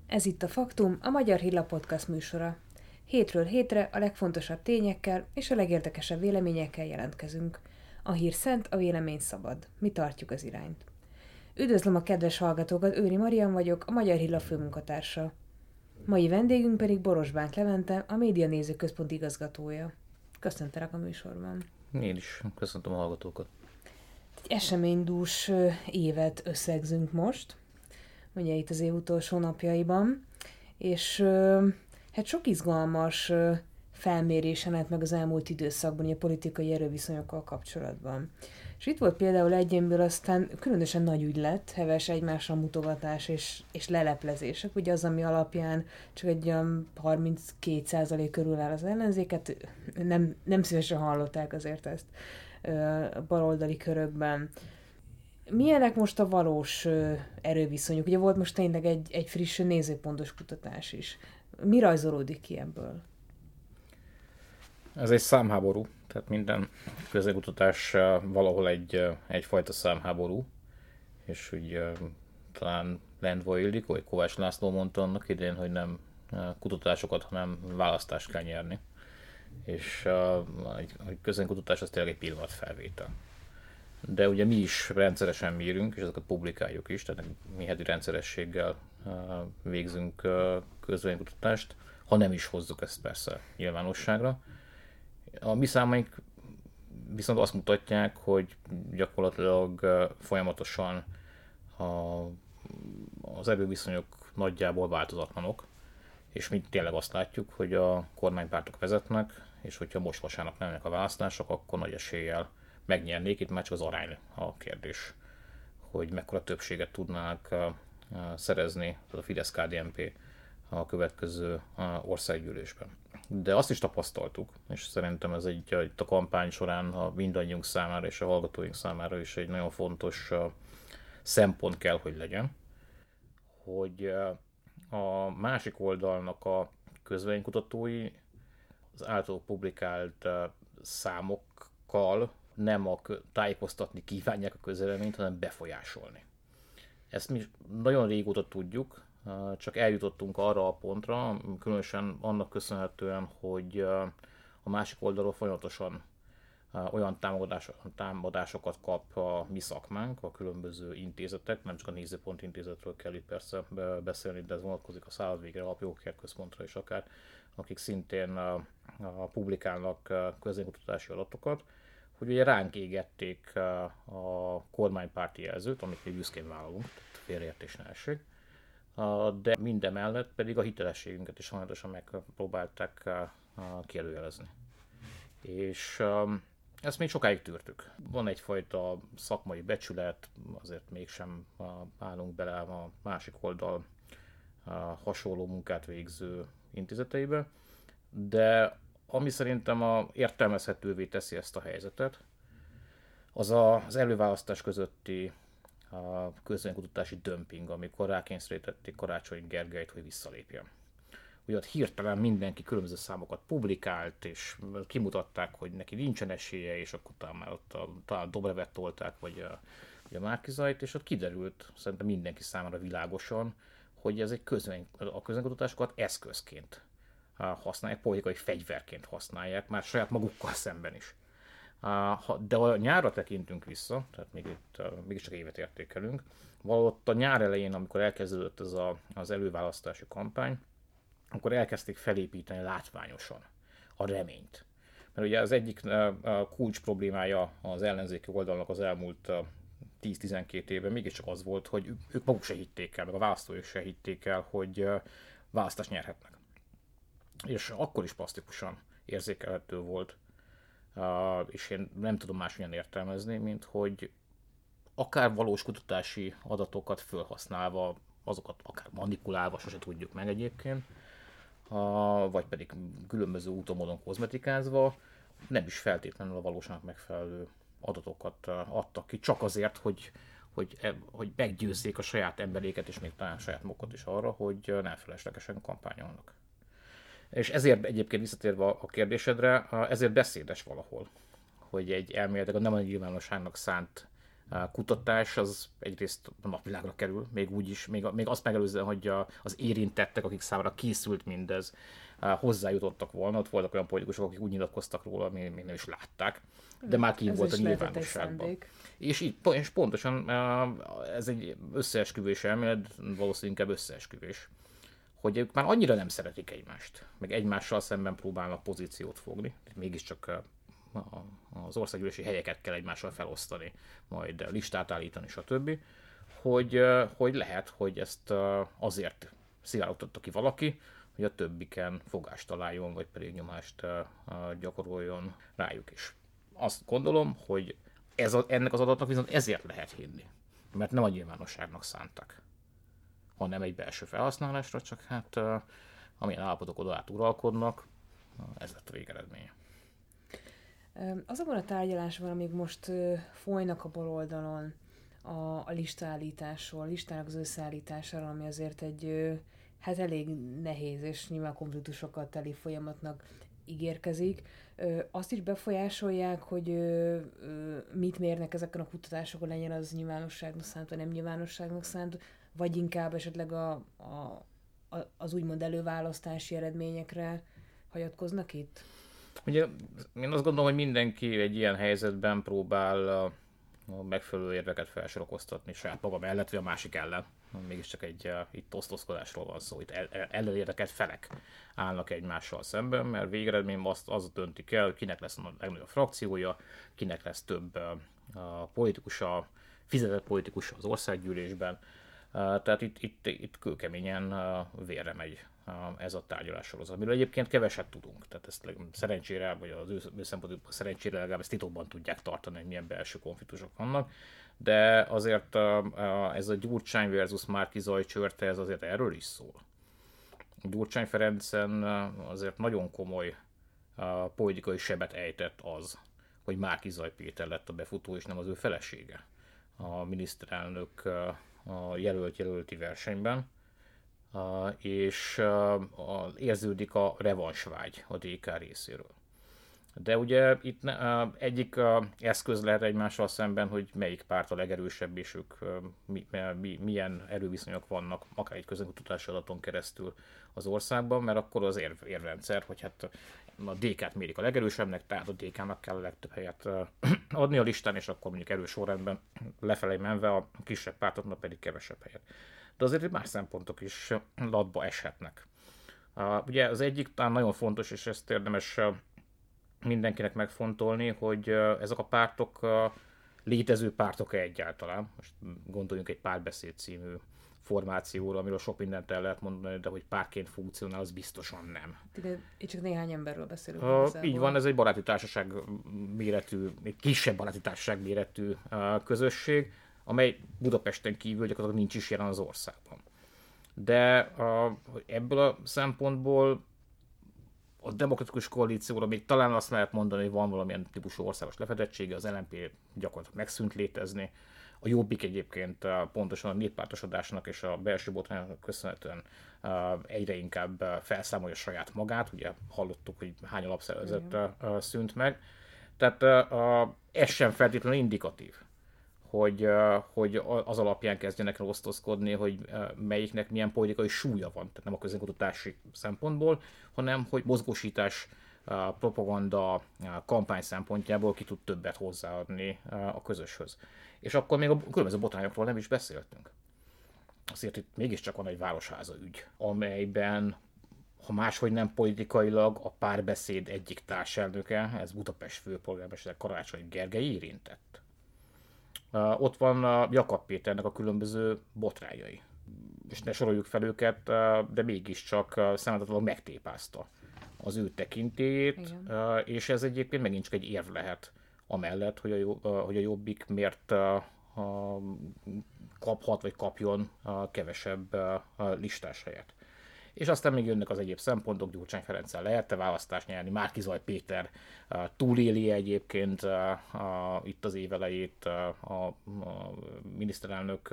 Ez itt a Faktum, a Magyar Hírlap podcast műsora. Hétről hétre a legfontosabb tényekkel és a legérdekesebb véleményekkel jelentkezünk. A hír szent, a vélemény szabad. Mi tartjuk az irányt. Üdvözlöm a kedves hallgatókat, Őri Marian vagyok, a Magyar Hírlap főmunkatársa. Mai vendégünk pedig Boros Bánk Levente, a Média Néző Központ igazgatója. Köszöntelek a műsorban. Én is köszöntöm a hallgatókat. Egy eseménydús évet összegzünk most, ugye itt az év utolsó napjaiban, és hát sok izgalmas felmérésen lett meg az elmúlt időszakban a politikai erőviszonyokkal kapcsolatban. És itt volt például egyénből aztán különösen nagy ügy lett, heves egymásra mutogatás és leleplezések, ugye az, ami alapján csak egy 32% körül áll az ellenzéket, nem szívesen hallották azért ezt baloldali körökben. Milyenek most a valós erőviszonyok? Ugye volt most tényleg egy friss nézőpontos kutatás is. Mi rajzolódik ki ebből? Ez egy számháború, tehát minden közélkutatás valahol egyfajta számháború, és úgy talán Lendvai Ildikó, vagy Kovács László mondta annak idén, hogy nem kutatásokat, hanem választást kell nyerni. És a közélkutatás az tényleg egy pillanatfelvétel. De ugye mi is rendszeresen mérünk, és ezeket publikáljuk is, tehát mi heti rendszerességgel végzünk közvéleménykutatást, ha nem is hozzuk ezt persze nyilvánosságra. A mi számaink viszont azt mutatják, hogy gyakorlatilag folyamatosan az erőviszonyok nagyjából változatlanok, és mi tényleg azt látjuk, hogy a kormánypártok vezetnek, és hogyha most vasárnap nem mennek a választások, akkor nagy eséllyel megnyernék, itt már csak az arány a kérdés, hogy mekkora többséget tudnák szerezni a Fidesz-KDNP a következő országgyűlésben. De azt is tapasztaltuk, és szerintem ez itt a kampány során a mindannyiunk számára és a hallgatóink számára is egy nagyon fontos szempont kell, hogy legyen, hogy a másik oldalnak a közvéleménykutatói az általuk publikált számokkal nem tájékoztatni kívánják a közvéleményt, hanem befolyásolni. Ezt mi nagyon régóta tudjuk, csak eljutottunk arra a pontra, különösen annak köszönhetően, hogy a másik oldalról folyamatosan olyan támadásokat kap a mi szakmánk, a különböző intézetek, nem csak a Nézőpont intézetről kell itt persze beszélni, de ez vonatkozik a Szállodvégre, a Alapjogokért-központra is akár, akik szintén publikálnak közvéleménykutatási adatokat, hogy ugye ránk égették a kormánypárti jelzőt, amit mi büszkén vállalunk, tehát félreértés ne essék, de mindemellett pedig a hitelességünket is folyamatosan megpróbálták kielőjelezni. És ezt még sokáig tűrtük. Van egyfajta szakmai becsület, azért mégsem állunk bele a másik oldal hasonló munkát végző intézeteibe, de ami szerintem értelmezhetővé teszi ezt a helyzetet, az az előválasztás közötti közvéleménykutatási dömping, amikor rákényszerítették Karácsony Gergelyt, hogy visszalépjen. Ugye ott hirtelen mindenki különböző számokat publikált, és kimutatták, hogy neki nincsen esélye, és akkor talán Dobrevet tolták, vagy a Márki-Zayt, és ott kiderült szerintem mindenki számára világosan, hogy ez a közvéleménykutatásokat eszközként használják, politikai fegyverként használják, már saját magukkal szemben is. De ha nyárra tekintünk vissza, tehát mégiscsak évet értékelünk, valott a nyár elején, amikor elkezdődött ez az előválasztási kampány, akkor elkezdték felépíteni látványosan a reményt. Mert ugye az egyik kulcs problémája az ellenzéki oldalnak az elmúlt 10-12 évben mégiscsak az volt, hogy ők maguk se hitték el, meg a választóik se hitték el, hogy választást nyerhetnek. És akkor is plastikusan érzékelhető volt, és én nem tudom máshogyan értelmezni, mint hogy akár valós kutatási adatokat felhasználva, azokat akár manipulálva, sose tudjuk meg egyébként, vagy pedig különböző úton módon kozmetikázva, nem is feltétlenül a valóságnak megfelelő adatokat adtak ki, csak azért, hogy meggyőzzék a saját emberéket, és még talán saját magukat is arra, hogy nem feleslegesen kampányolnak. És ezért egyébként visszatérve a kérdésedre, ezért beszédes valahol, hogy egy elméletileg nem a nyilvánosságnak szánt kutatás az egyrészt a napvilágra kerül, még úgy is, még azt megelőzően, hogy az érintettek, akik számára készült mindez, hozzájutottak volna. Ott voltak olyan politikusok, akik úgy nyilatkoztak róla, mi nem is látták, de már ki volt a nyilvánosságban. És pontosan ez egy összeesküvés elmélet, valószínűleg inkább összeesküvés, hogy ők már annyira nem szeretik egymást, meg egymással szemben próbálnak pozíciót fogni, mégiscsak az országgyűlési helyeket kell egymással felosztani, majd listát állítani, stb., hogy lehet, hogy ezt azért szivárogtatta ki valaki, hogy a többiken fogást találjon, vagy pedig nyomást gyakoroljon rájuk is. Azt gondolom, hogy ennek az adatnak viszont ezért lehet hinni, mert nem a nyilvánosságnak szántak, hanem egy belső felhasználásra, csak hát amilyen állapotok oda át uralkodnak, ez lett a végeredménye. Azokban a tárgyalásban, amíg most folynak a baloldalon a listaállításról, listának az összeállításáról, ami azért egy hát elég nehéz és nyilván konfliktusokkal teli folyamatnak ígérkezik, azt is befolyásolják, hogy mit mérnek ezeken a kutatásokon, legyen az nyilvánosságnak szánt, vagy nem nyilvánosságnak szánt, vagy inkább esetleg az úgymond előválasztási eredményekre hagyatkoznak itt? Ugye én azt gondolom, hogy mindenki egy ilyen helyzetben próbál a megfelelő érveket felsorakoztatni saját maga mellett, vagy a másik ellen. Mégiscsak egy osztozkodásról van szó, itt ellenérdekel felek állnak egymással szemben, mert végeredményben az döntik el, kinek lesz a legnagyobb frakciója, kinek lesz több politikusa, fizetett politikusa az országgyűlésben. Tehát itt kőkeményen vérre megy ez a tárgyalássorozat, amiről egyébként keveset tudunk. Tehát ezt szerencsére, vagy az ő szempontból szerencsére legalább ezt titokban tudják tartani, hogy milyen belső konfliktusok vannak. De azért ez a Gyurcsány versus Márki-Zay csörte, ez azért erről is szól. Gyurcsány Ferencen azért nagyon komoly politikai sebet ejtett az, hogy Márki-Zay Péter lett a befutó, és nem az ő felesége a miniszterelnök a jelölti versenyben, és érződik a revansvágy a DK részéről. De ugye itt egyik eszköz lehet egymással szemben, hogy melyik párt a legerősebb, és ők milyen erőviszonyok vannak, akár egy közönkutatási adaton keresztül az országban, mert akkor az érrendszer, hogy hát a DK-t mérik a legerősebbnek, tehát a DK-nak kell a legtöbb helyet adni a listán, és akkor mondjuk erős sorrendben lefelé menve a kisebb pártoknak pedig kevesebb helyet. De azért más szempontok is latba eshetnek. Ugye az egyik talán nagyon fontos, és ezt érdemes mindenkinek megfontolni, hogy ezek a pártok létező pártok-e egyáltalán. Most gondoljunk egy Párbeszéd című formációra, amiről sok mindent el lehet mondani, de hogy pártként funkcionál, az biztosan nem. Itt csak néhány emberről beszélünk. Így van, ez egy baráti társaság méretű, egy kisebb baráti társaság méretű közösség, amely Budapesten kívül gyakorlatilag nincs is jelen az országban. De ebből a szempontból a demokratikus koalícióra még talán azt lehet mondani, hogy van valamilyen típusú országos lefedettsége, az LMP gyakorlatilag megszűnt létezni. A Jobbik egyébként pontosan a néppártosodásnak és a belső botránynak köszönhetően egyre inkább felszámolja saját magát. Ugye hallottuk, hogy hány alapszervezet szűnt meg. Tehát ez sem feltétlenül indikatív, hogy az alapján kezdjenek el osztozkodni, hogy melyiknek milyen politikai súlya van, tehát nem a közönkutatási szempontból, hanem hogy mozgósítás, propaganda, kampány szempontjából ki tud többet hozzáadni a közöshöz. És akkor még a különböző botrányokról nem is beszéltünk. Azért itt mégiscsak van egy városháza ügy, amelyben, ha máshogy nem politikailag, a Párbeszéd egyik társelnöke, ez Budapest főpolgármester Karácsony Gergely érintett. Ott van Jakab Péternek a különböző botrányai. És ne soroljuk fel őket, de mégiscsak szemléltetlenül megtépázta az ő tekintélyét, és ez egyébként megint csak egy érv lehet amellett, hogy a Jobbik miért kaphat vagy kapjon kevesebb listás helyet. És aztán még jönnek az egyéb szempontok, Gyurcsány Ferenccel lehet-e választást nyerni, Márki-Zay Péter túléli egyébként itt az évelejét a miniszterelnök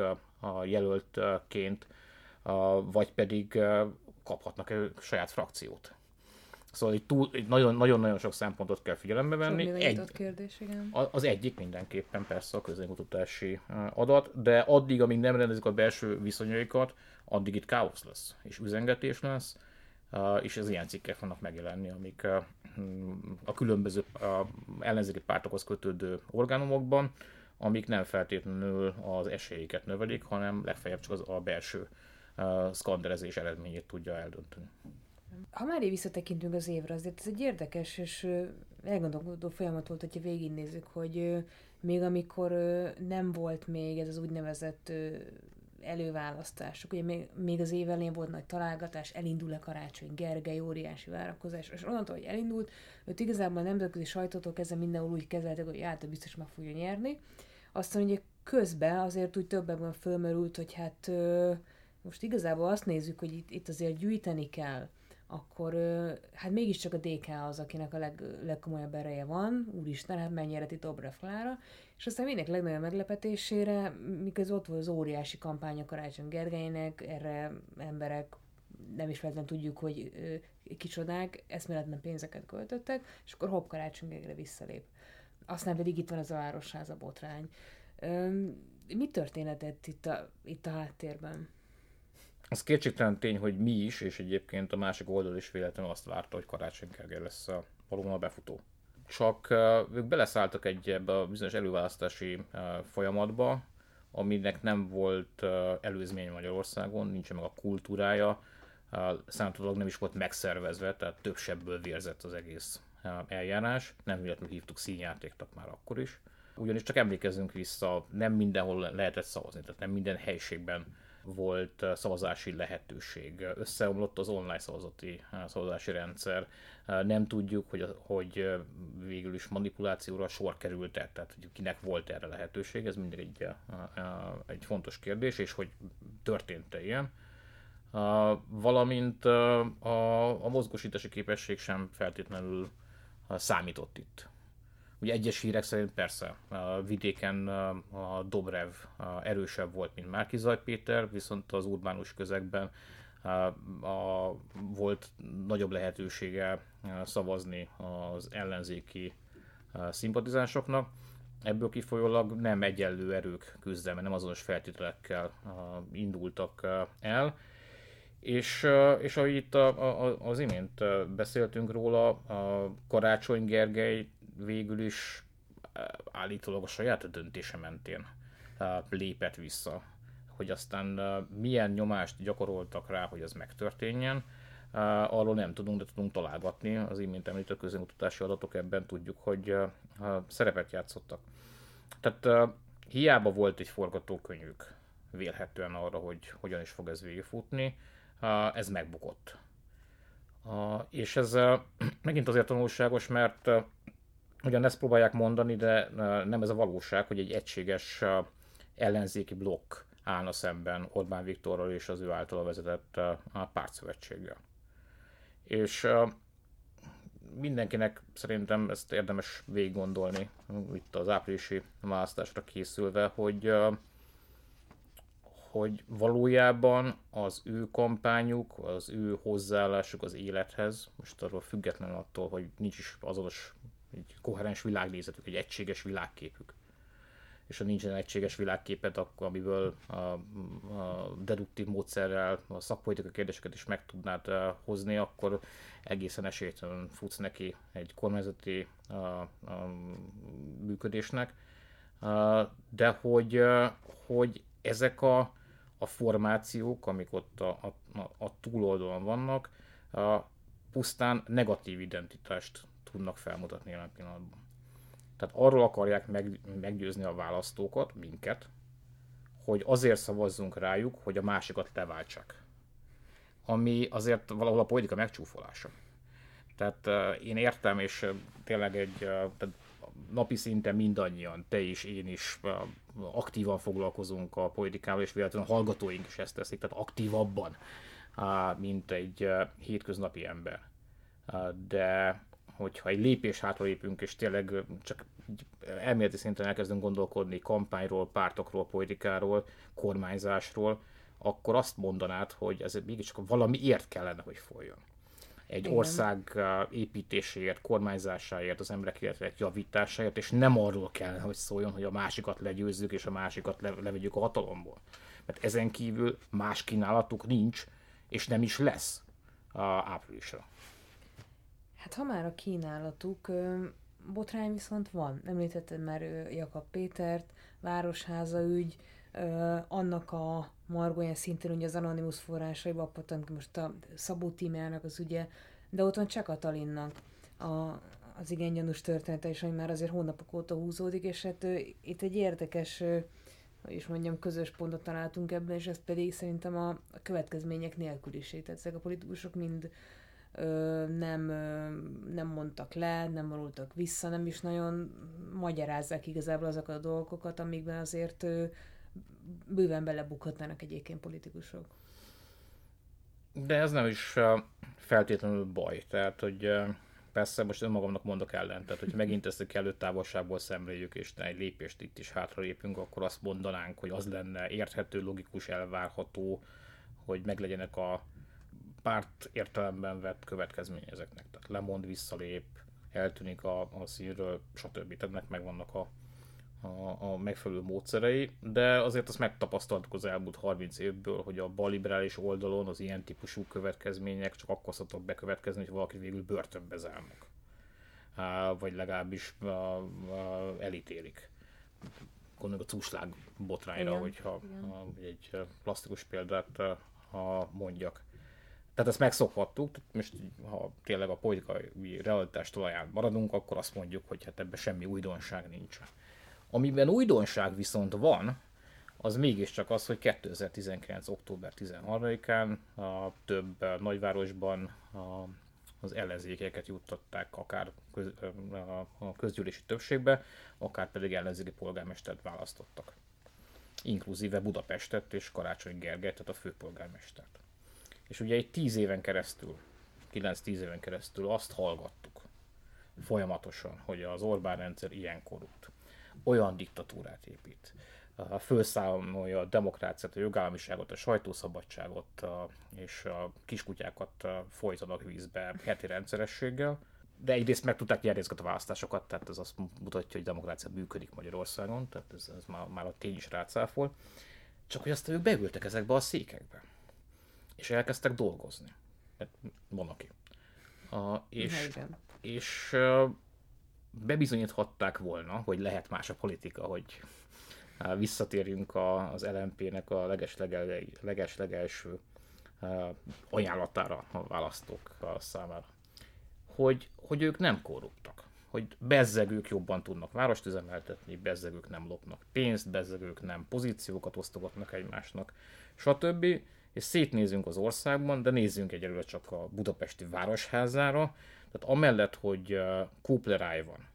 jelöltként, vagy pedig kaphatnak saját frakciót. Szóval itt nagyon-nagyon sok szempontot kell figyelembe venni. Sok nyitott kérdés, igen. Az egyik mindenképpen persze a közvéleménykutatási adat, de addig, amíg nem rendezik a belső viszonyaikat, addig itt káosz lesz, és üzengetés lesz, és az ilyen cikkek fognak megjelenni, amik a különböző ellenzéki pártokhoz kötődő orgánumokban, amik nem feltétlenül az esélyeket növelik, hanem legfeljebb csak a belső szkanderezés eredményét tudja eldönteni. Ha már így visszatekintünk az évre, azért ez egy érdekes és elgondolkodó folyamat volt, hogyha végignézzük, hogy még amikor nem volt még ez az úgynevezett előválasztások, ugye még az év elején volt nagy találgatás, elindul-e Karácsony Gergely, óriási várakozás, és onnantól, hogy elindult, őt igazából a nemzetközi sajtótól kezdve mindenhol úgy kezeltek, hogy hát biztos meg fogja nyerni. Aztán ugye közben azért úgy többekben fölmerült, hogy hát most igazából azt nézzük, hogy itt azért gyűjteni kell, akkor hát mégiscsak a DK az, akinek a legkomolyabb ereje van, úristen, hát megnyerheti Dobrev Klára, és aztán mindenki legnagyobb meglepetésére, miközben ott volt az óriási kampány a Karácsony Gergelynek, erre emberek nem is feltétlenül tudjuk, hogy kicsodák, eszméletlen pénzeket költöttek, és akkor hopp, Karácsony Gergelyre visszalép. Aztán pedig itt van ez a városháza botrány. Mi történetett itt a háttérben? Az kétségtelen tény, hogy mi is, és egyébként a másik oldal is véletlenül azt várta, hogy Karácsony Gergely lesz valóban a befutó. Csak ők beleszálltak ebbe a bizonyos előválasztási folyamatba, aminek nem volt előzmény Magyarországon, nincsen meg a kultúrája, számítólag nem is volt megszervezve, tehát több sebből vérzett az egész eljárás. Nem véletlenül hívtuk színjátéknak már akkor is. Ugyanis csak emlékezzünk vissza, nem mindenhol lehetett szavazni, tehát nem minden helységben volt szavazási lehetőség. Összeomlott az online szavazási rendszer. Nem tudjuk, hogy végül is manipulációra sor került-e, tehát hogy kinek volt erre lehetőség, ez mindig egy fontos kérdés, és hogy történt-e ilyen. Valamint a mozgósítási képesség sem feltétlenül számított itt. Ugye egyes hírek szerint persze vidéken a Dobrev erősebb volt, mint Márki-Zay Péter, viszont az urbánus közegben volt nagyobb lehetősége szavazni az ellenzéki szimpatizánsoknak. Ebből kifolyólag nem egyenlő erők küzdelme, nem azonos feltételekkel indultak el. És ahogy itt az imént beszéltünk róla, a Karácsony Gergely végül is állítólag a saját döntése mentén lépett vissza. Hogy aztán milyen nyomást gyakoroltak rá, hogy ez megtörténjen, arról nem tudunk, de tudunk találgatni. Az imént említett közvéleménykutatási adatok ebben tudjuk, hogy szerepet játszottak. Tehát hiába volt egy forgatókönyvük vélhetően arra, hogy hogyan is fog ez végigfutni, ez megbukott. És ez megint azért tanulságos, mert ugyan ezt próbálják mondani, de nem ez a valóság, hogy egy egységes ellenzéki blokk állna szemben Orbán Viktorral és az ő általa vezetett pártszövetséggel. És mindenkinek szerintem ezt érdemes végig gondolni itt az áprilisi választásra készülve, hogy valójában az ő kampányuk, az ő hozzáállásuk az élethez, most arról függetlenül attól, hogy nincs is azonos egy koherens világnézetük, egy egységes világképük. És ha nincsen egységes világképed, akkor amiből a deduktív módszerrel a szakpolitikai kérdéseket is meg tudnád hozni, akkor egészen esélytelen futsz neki egy kormányzati működésnek. De hogy ezek a formációk, amik ott a túloldalon vannak, pusztán negatív identitást tudnak felmutatni jelen pillanatban. Tehát arról akarják meggyőzni a választókat, minket, hogy azért szavazzunk rájuk, hogy a másikat leváltsák. Ami azért valahol a politika megcsúfolása. Tehát én értem, és tényleg tehát napi szinten mindannyian, te is, én is aktívan foglalkozunk a politikával, és véletlenül a hallgatóink is ezt teszik, tehát aktívabban, mint egy hétköznapi ember. De hogyha egy lépés hátra lépünk, és tényleg csak elméleti szinten elkezdünk gondolkodni kampányról, pártokról, politikáról, kormányzásról, akkor azt mondanád, hogy ez mégiscsak valamiért kellene, hogy folyjon. egy Igen. ország építéséért, kormányzásáért, az emberek életének javításáért, és nem arról kell, hogy szóljon, hogy a másikat legyőzzük, és a másikat levegyük a hatalomból. Mert ezen kívül más kínálatuk nincs, és nem is lesz áprilisra. Hát ha már a kínálatuk, botrány viszont van. Említetted már Jakab Pétert, Városháza ügy, annak a margóján szintén ugye az Anonymous forrásaiba pattant most a Szabó Tímeának az ügye, de ott van Cseh Katalinnak az igen gyanús története is, ami már azért hónapok óta húzódik, és hát itt egy érdekes, hogy is mondjam, közös pontot találtunk ebben, és ez pedig szerintem a következmények nélküliség. Tehát ezek a politikusok mind nem mondtak le, nem vonultak vissza, nem is nagyon magyarázzák igazából azokat a dolgokat, amikben azért bőven belebukhatnának egyébként politikusok. De ez nem is feltétlenül baj. Tehát, hogy persze most önmagamnak mondok ellen. Tehát, hogyha megint ezt a kellő távolságból szemléljük, és egy lépést itt is hátralépünk, akkor azt mondanánk, hogy az lenne érthető, logikus, elvárható, hogy meglegyenek a párt értelemben vett következmény ezeknek. Tehát lemond, visszalép, eltűnik a színről, stb. Ennek megvannak a megfelelő módszerei, de azért azt megtapasztaltuk az elmúlt 30 évből, hogy a balliberális oldalon az ilyen típusú következmények csak akkor szoktak bekövetkezni, hogy valaki végül börtönbe zárnak. Vagy legalábbis elítélik. Gondoljuk a Cúslág botrányra, Igen, hogyha igen. egy plastikus példát mondjak. Tehát ezt megszokhattuk, most ha tényleg a politikai realitás talaján maradunk, akkor azt mondjuk, hogy hát ebben semmi újdonság nincs. Amiben újdonság viszont van, az mégiscsak az, hogy 2019. október 13-án a több nagyvárosban az ellenzékeket juttatták akár a közgyűlési többségbe, akár pedig ellenzéki polgármestert választottak. Inkluzíve Budapestet és Karácsony Gergelyt, tehát a főpolgármestert. És ugye egy 10 éven keresztül, 9-10 éven keresztül azt hallgattuk folyamatosan, hogy az Orbán rendszer ilyen korrupt, olyan diktatúrát épít, felszámolja a demokráciát, a jogállamiságot, a sajtószabadságot és a kiskutyákat folytanak vízbe heti rendszerességgel. De egyrészt meg tudták nyerni ezeket a választásokat, tehát ez azt mutatja, hogy a demokrácia működik Magyarországon, tehát ez már a tény is rácáfol. Csak hogy aztán ők beültek ezekbe a székekbe, és elkezdtek dolgozni. Van aki. És bebizonyíthatták volna, hogy lehet más a politika, hogy visszatérjünk az LMP-nek a legeslegelső ajánlatára a választók számára. Hogy ők nem korruptak. Hogy bezzegők jobban tudnak várost üzemeltetni, bezzegők nem lopnak pénzt, bezzegők nem pozíciókat osztogatnak egymásnak, stb. És szétnézünk az országban, de nézzünk egyelőre csak a budapesti városházára. Tehát amellett, hogy kópleráj van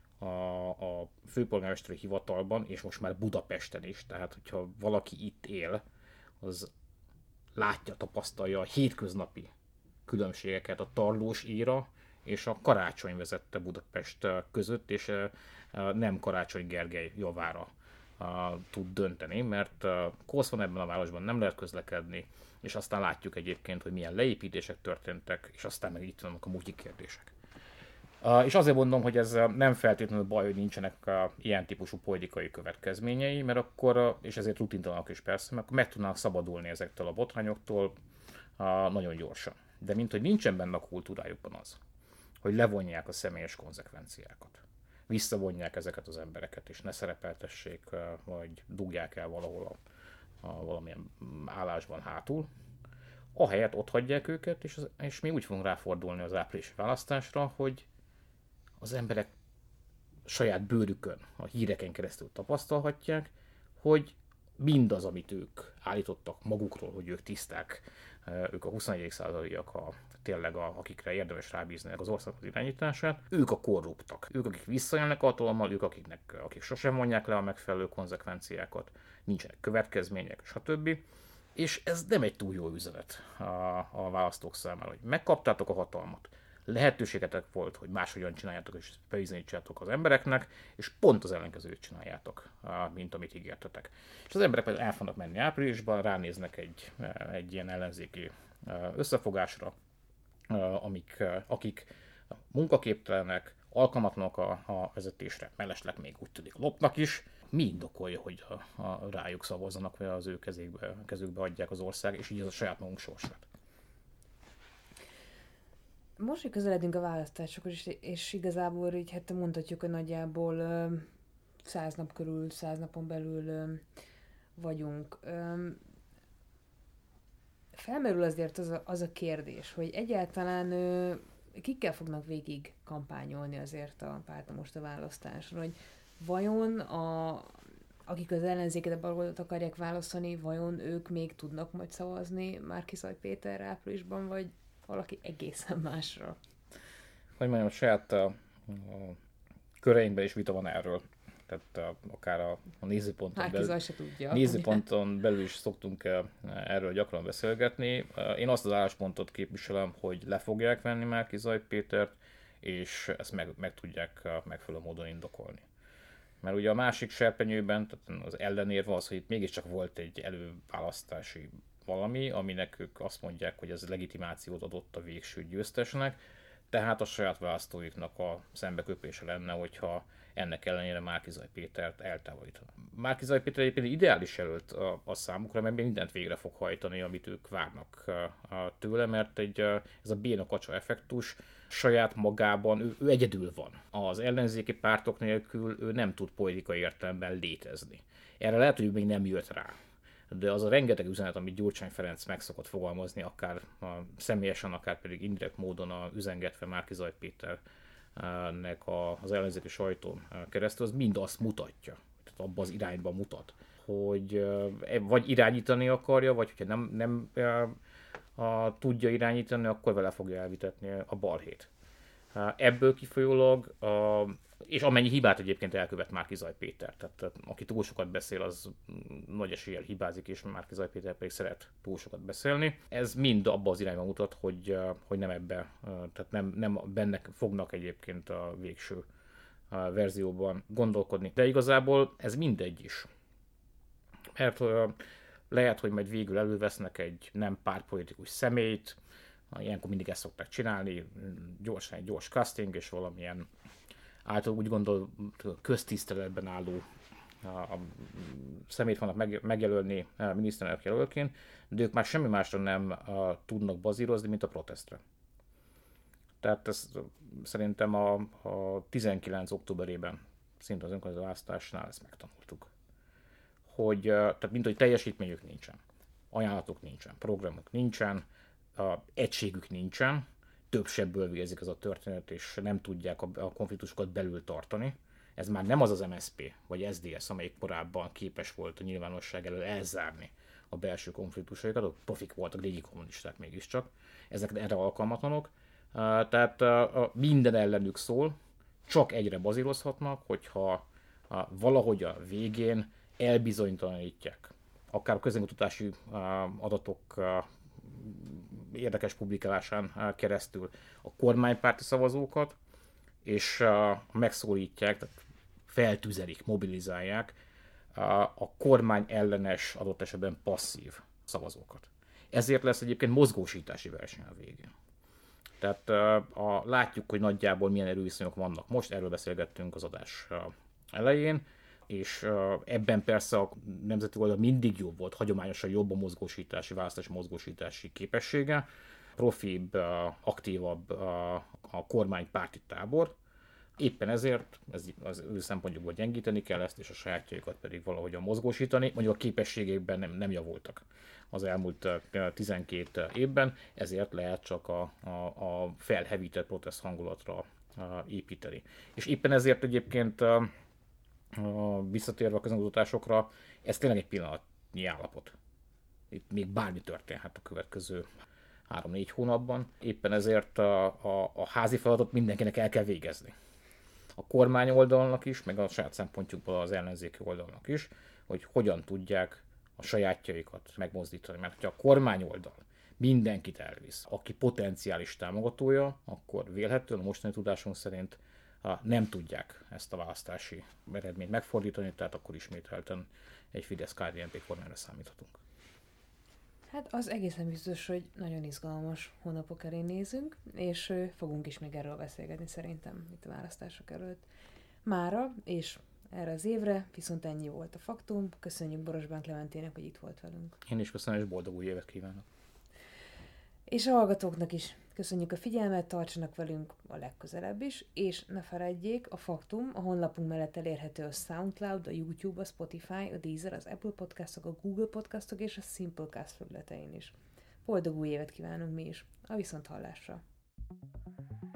a főpolgármesteri hivatalban, és most már Budapesten is, tehát hogyha valaki itt él, az látja, tapasztalja a hétköznapi különbségeket a Tarlós éra és a Karácsony vezette Budapest között, és nem Karácsony Gergely javára tud dönteni, mert kosz van ebben a városban, nem lehet közlekedni, és aztán látjuk egyébként, hogy milyen leépítések történtek, és aztán meg itt vannak a múltyi kérdések. És azért mondom, hogy ez nem feltétlenül baj, hogy nincsenek ilyen típusú politikai következményei, mert akkor, és ezért rutintalanak is persze, mert akkor meg tudnának szabadulni ezektől a botrányoktól nagyon gyorsan. De mint hogy nincsen benne a kultúrájukban az, hogy levonják a személyes konzekvenciákat. Visszavonják ezeket az embereket, és ne szerepeltessék, vagy dugják el valahol valamilyen állásban hátul. Ahelyett ott hagyják őket, és mi úgy fogunk ráfordulni az áprilisi választásra, hogy az emberek saját bőrükön, a híreken keresztül tapasztalhatják, hogy mindaz, amit ők állítottak magukról, hogy ők tiszták, ők a 21. századiak, tényleg akikre érdemes rábízni az ország irányítását, ők a korruptak. Ők, akik visszaélnek hatalommal, ők, akik sosem vonják le a megfelelő konzekvenciákat, nincsenek következmények, stb. És ez nem egy túl jó üzenet a választók számára, hogy megkaptátok a hatalmat, lehetőségetek volt, hogy máshogyan csináljátok és bebizonyítsátok az embereknek, és pont az ellenkezőt csináljátok, mint amit ígértetek. És az emberek pedig el fognak menni áprilisban, ránéznek egy ilyen ellenzéki összefogásra, akik munkaképtelenek, alkalmatlanok a vezetésre, mellesleg még úgy tűnik lopnak is. Mi indokolja, hogy rájuk szavazzanak, vagy az ő kezükbe adják az ország, és így az a saját magunk sorsát? Most, hogy közeledünk a választásokhoz, és igazából így hát mondhatjuk, hogy nagyjából 100 nap körül, 100 napon belül vagyunk. Felmerül azért az a kérdés, hogy egyáltalán kikkel fognak végig kampányolni azért a párton most a választáson, hogy vajon akik az ellenzéket, a baloldalt akarják választani, vajon ők még tudnak majd szavazni Márki-Zay Péter áprilisban, vagy valaki egészen másra? Hogy mondjam, saját a köreinkben is vita van erről. Tehát akár a nézőponton belül is szoktunk erről gyakran beszélgetni. Én azt az álláspontot képviselem, hogy le fogják venni Márki-Zay Pétert, és ezt meg tudják megfelelő módon indokolni. Mert ugye a másik serpenyőben, tehát az ellenérv az, hogy itt mégiscsak volt egy előválasztási valami, aminek ők azt mondják, hogy ez legitimációt adott a végső győztesnek, tehát a saját választóiknak a szembeköpése lenne, hogyha ennek ellenére Márki-Zay Pétert eltávolítaná. Márki-Zay Péter egyébként ideális jelölt a számukra, mert mindent végre fog hajtani, amit ők várnak tőle, mert ez a béna kacsa effektus saját magában, ő egyedül van. Az ellenzéki pártok nélkül ő nem tud politikai értelemben létezni. Erre lehet, hogy még nem jött rá. De az a rengeteg üzenet, amit Gyurcsány Ferenc meg szokott fogalmazni, akár személyesen, akár pedig indirekt módon üzengetve Márki-Zay Péternek az ellenzéki sajtón keresztül, az mind azt mutatja, tehát abban az irányban mutat, hogy vagy irányítani akarja, vagy hogyha nem tudja irányítani, akkor vele fogja elvitetni a balhét. Ebből kifolyólag, és amennyi hibát egyébként elkövet Márki-Zay Péter, tehát aki túl sokat beszél, az nagy eséllyel hibázik, és Márki-Zay Péter pedig szeret túl sokat beszélni. Ez mind abba az irányba mutat, hogy nem ebbe, tehát nem benne fognak egyébként a végső verzióban gondolkodni. De igazából ez mindegy is. Mert lehet, hogy majd végül elővesznek egy nem pártpolitikus személyt, ilyenkor mindig ezt szokták csinálni, egy gyors casting, és valamilyen által úgy gondol köztiszteletben álló személyt fognak megjelölni miniszterelnök jelölként, de ők már semmi másra nem tudnak bazírozni, mint a protestre. Tehát ezt szerintem a 19 októberében, szinte az önkormányzati választásnál ezt megtanultuk. Tehát mint hogy teljesítményük nincsen, ajánlatok nincsen, programok nincsen, egységük nincsen, több sebből végezik ez a történet, és nem tudják a konfliktusokat belül tartani. Ez már nem az az MSZP vagy SZDSZ, amelyik korábban képes volt a nyilvánosság elől elzárni a belső konfliktusaikat, ott profik voltak, régi kommunisták mégiscsak. Ezek erre alkalmatlanok. Tehát minden ellenük szól, csak egyre bazírozhatnak, hogyha valahogy a végén elbizonytalanítják. Akár a közönkutatási adatok érdekes publikálásán keresztül a kormánypárti szavazókat, és megszólítják, tehát feltüzelik, mobilizálják a kormány ellenes, adott esetben passzív szavazókat. Ezért lesz egyébként mozgósítási verseny a végén. Tehát látjuk, hogy nagyjából milyen erőviszonyok vannak most, erről beszélgettünk az adás elején, és ebben persze a nemzeti oldal mindig jobb volt, hagyományosan jobb a választási mozgósítási képessége, profibb, aktívabb a kormánypárti tábor. Éppen ezért ez az ő szempontjukból gyengíteni kell ezt, és a sajátjaikat pedig valahogyan mozgósítani. Mondjuk a képességekben nem javultak az elmúlt 12 évben, ezért lehet csak a felhevített protest hangulatra építeni. És éppen ezért egyébként visszatérve a közönkutatásokra, ez tényleg egy pillanatnyi állapot. Itt még bármi történhet a következő 3-4 hónapban. Éppen ezért a házi feladatot mindenkinek el kell végezni. A kormány oldalnak is, meg a saját szempontjukból az ellenzéki oldalnak is, hogy hogyan tudják a sajátjaikat megmozdítani. Mert ha a kormány oldal mindenkit elvisz, aki potenciális támogatója, akkor vélhetően a mostani tudásunk szerint nem tudják ezt a választási eredményt megfordítani, tehát akkor ismételten egy Fidesz-KDNP kormányra számíthatunk. Hát az egészen biztos, hogy nagyon izgalmas hónapok elé nézünk, és fogunk is még erről beszélgetni szerintem itt a választások előtt. Mára, és erre az évre viszont ennyi volt a faktum. Köszönjük Borosbán Klementének, hogy itt volt velünk. Én is köszönöm, és boldog új évet kívánok. És a hallgatóknak is köszönjük a figyelmet, tartsanak velünk a legközelebb is, és ne feledjék, a Faktum a honlapunk mellett elérhető a SoundCloud, a YouTube, a Spotify, a Deezer, az Apple Podcastok, a Google Podcastok és a Simplecast felületein is. Boldog új évet kívánunk mi is! A viszonthallásra!